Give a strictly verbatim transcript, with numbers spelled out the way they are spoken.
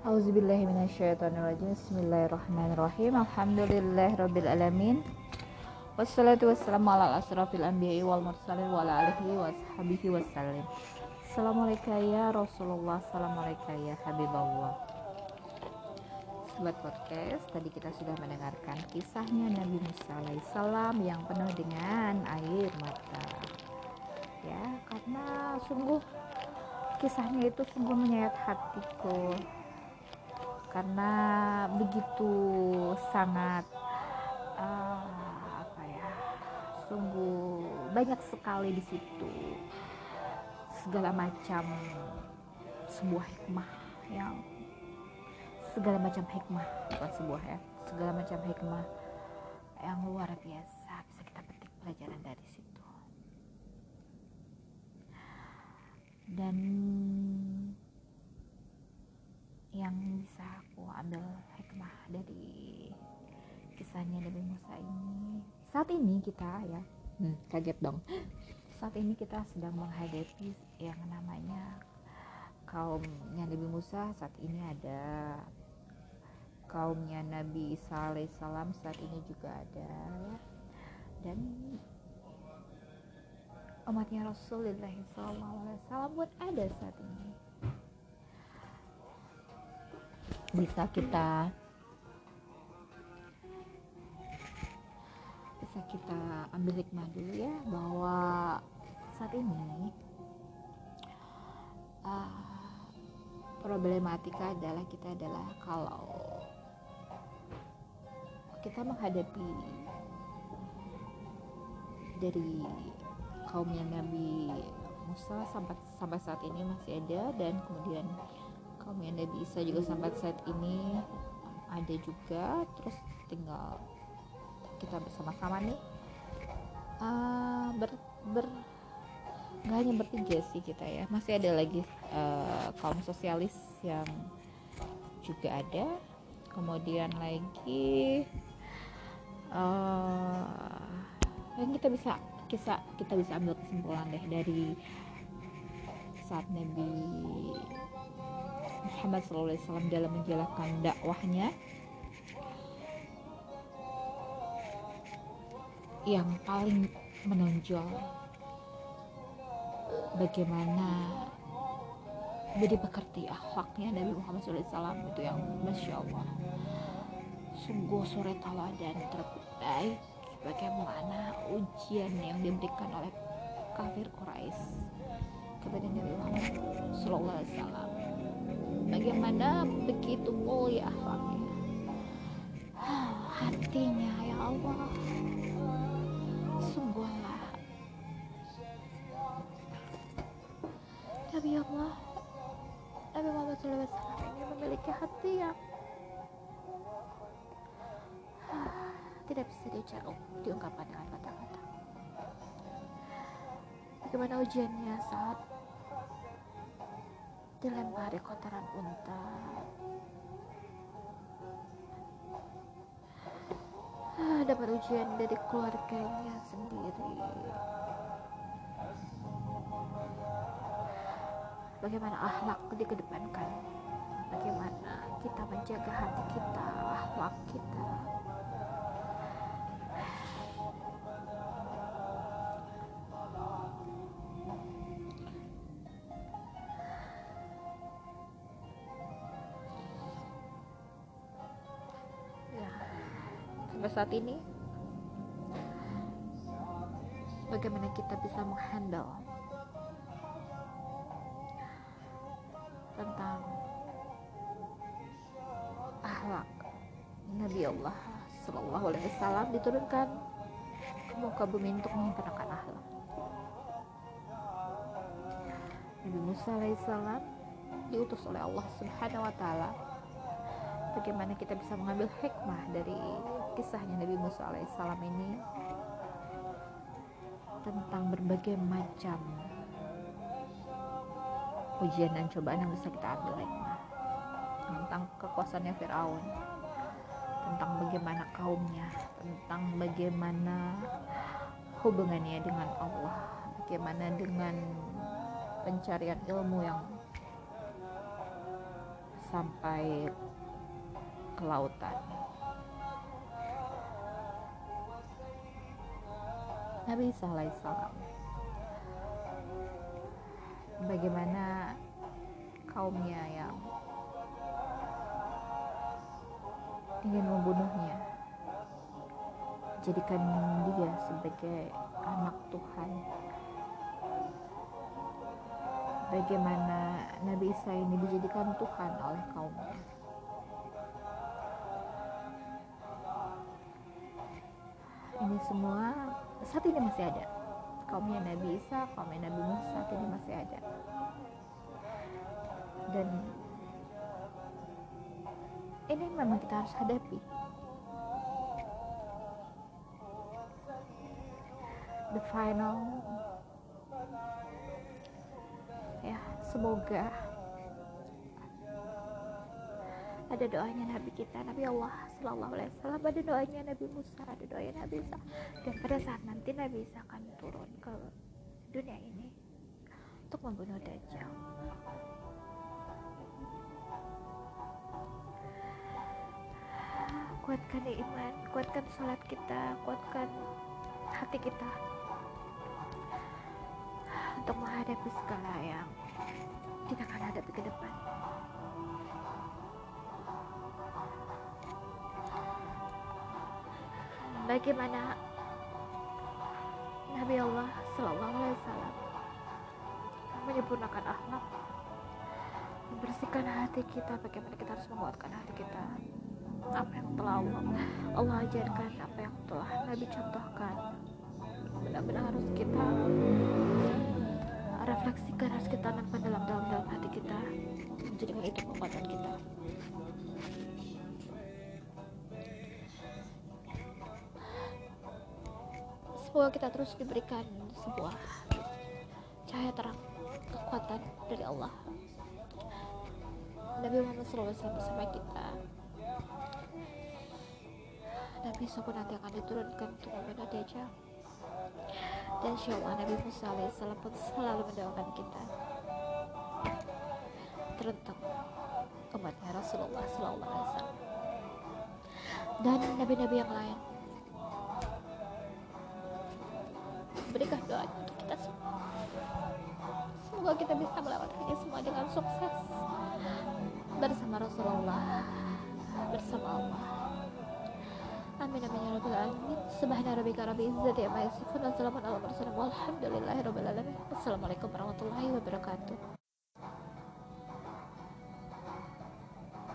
Auzubillahi minasyaitonirrajim. Bismillahirrahmanirrahim. Alhamdulillahirabbil alamin. Wassalatu wassalamu ala asrofil anbiya'i wal mursalin wa ala alihi washabihi wassalim. Assalamualaikum ya Rasulullah, assalamualaikum ya Habibullah. Sobat podcast, tadi kita sudah mendengarkan kisahnya Nabi Musa alaihissalam yang penuh dengan air mata. Ya, karena sungguh kisahnya itu sungguh menyayat hatiku. Karena begitu sangat uh, apa ya, sungguh banyak sekali di situ segala macam sebuah hikmah yang segala macam hikmah bukan sebuah ya segala macam hikmah yang luar biasa bisa kita petik pelajaran dari situ. Dan yang bisa aku ambil hikmah dari kisahnya Nabi Musa ini, saat ini kita ya hmm, kaget dong saat ini kita sedang menghadapi yang namanya kaumnya Nabi Musa. Saat ini ada kaumnya Nabi Isa alaihissalam, saat ini juga ada ya, dan umatnya Rasulullah shallallahu alaihi wasallam pun ada saat ini. Bisa kita bisa kita ambil hikmah dulu ya, bahwa saat ini uh, problematika adalah kita adalah kalau kita menghadapi dari kaumnya Nabi Musa sampai sampai saat ini masih ada, dan kemudian kaumnya Nabi Isa juga sampai saat ini ada juga. Terus tinggal kita bersama-sama nih uh, ber, ber nggak hanya bertiga sih kita ya, masih ada lagi uh, kaum sosialis yang juga ada. Kemudian lagi uh, yang kita bisa kisah kita bisa ambil kesimpulan deh dari saat Nabi Muhammad shallallahu alaihi wasallam dalam menjalankan dakwahnya, yang paling menonjol bagaimana budi pekerti akhlaknya Nabi Muhammad shallallahu alaihi wasallam itu yang masya Allah, sungguh suri teladan terbaik bagaimana ujian yang diberikan oleh kafir Quraisy kepada Nabi Muhammad shallallahu alaihi wasallam. Bagaimana begitu mulia akhlaknya, hatinya ya Allah, sungguhlah Nabi Allah Nabi Muhammad shallallahu alaihi wasallam ini memiliki hati yang tidak bisa diucap, diungkapkan dengan kata-kata. Bagaimana ujiannya saat dilempari kotoran unta, ah, dapat ujian dari keluarganya sendiri. Bagaimana akhlak dikedepankan, bagaimana kita menjaga hati kita, akhlak kita. Sampai saat ini bagaimana kita bisa menghandle tentang akhlak Nabi Allah Sallallahu Alaihi Wasallam diturunkan ke muka bumi untuk menyempurnakan akhlak. Nabi Musa alaihissalam diutus oleh Allah Subhanahu Wa Taala. Bagaimana kita bisa mengambil hikmah dari kisahnya Nabi Musa alaihissalam ini tentang berbagai macam ujian dan cobaan yang bisa kita ambil hikmah, tentang kekuasaannya Firaun, tentang bagaimana kaumnya, tentang bagaimana hubungannya dengan Allah, bagaimana dengan pencarian ilmu yang sampai ke lautan. Nabi Isa alaihissalam, bagaimana kaumnya yang ingin membunuhnya, jadikan dia sebagai anak Tuhan. Bagaimana Nabi Isa ini dijadikan Tuhan oleh kaumnya. Ini semua saat ini masih ada. Kaumnya Nabi Isa, kaumnya Nabi Musa saat ini masih ada. Dan ini memang kita harus hadapi. The final, ya, semoga ada doanya Nabi kita, Nabi Allah Sallallahu Alaihi Wasallam, ada doanya Nabi Musa, ada doanya Nabi Isa. Dan pada saat nanti Nabi Isa akan turun ke dunia ini untuk membunuh Dajjal. Kuatkan iman, kuatkan salat kita, kuatkan hati kita untuk menghadapi segala yang kita akan hadapi ke depan. Bagaimana Nabi Allah Sallallahu Alaihi Wasallam menyempurnakan akhlak, membersihkan hati kita, bagaimana kita harus menguatkan hati kita, apa yang telah Allah, Allah ajarkan, apa yang telah Nabi contohkan, benar-benar harus kita refleksikan, harus kita tanamkan dalam dalam dalam hati kita, menjadikan itu kekuatan kita. Semoga kita terus diberikan sebuah cahaya terang, kekuatan dari Allah. Nabi Muhammad shallallahu alaihi wasallam bersama kita. Nabi Isa pun nanti akan diturunkan untuk membunuh Dajjal. Dan insyaallah Nabi Musa alaihissalam pun selalu mendoakan kita, teruntuk umatnya Rasulullah shallallahu alaihi wasallam dan nabi-nabi yang lain. Berikan doa untuk kita semua. Semoga kita bisa melewatinya semua dengan sukses bersama Rasulullah, bersama Allah. Amin amin ya rabbal alamin. Subhana rabbika rabbil izzati amma yasifun wa salamun alal mursalin walhamdulillahi rabbil alamin. Wassalamualaikum warahmatullahi wabarakatuh.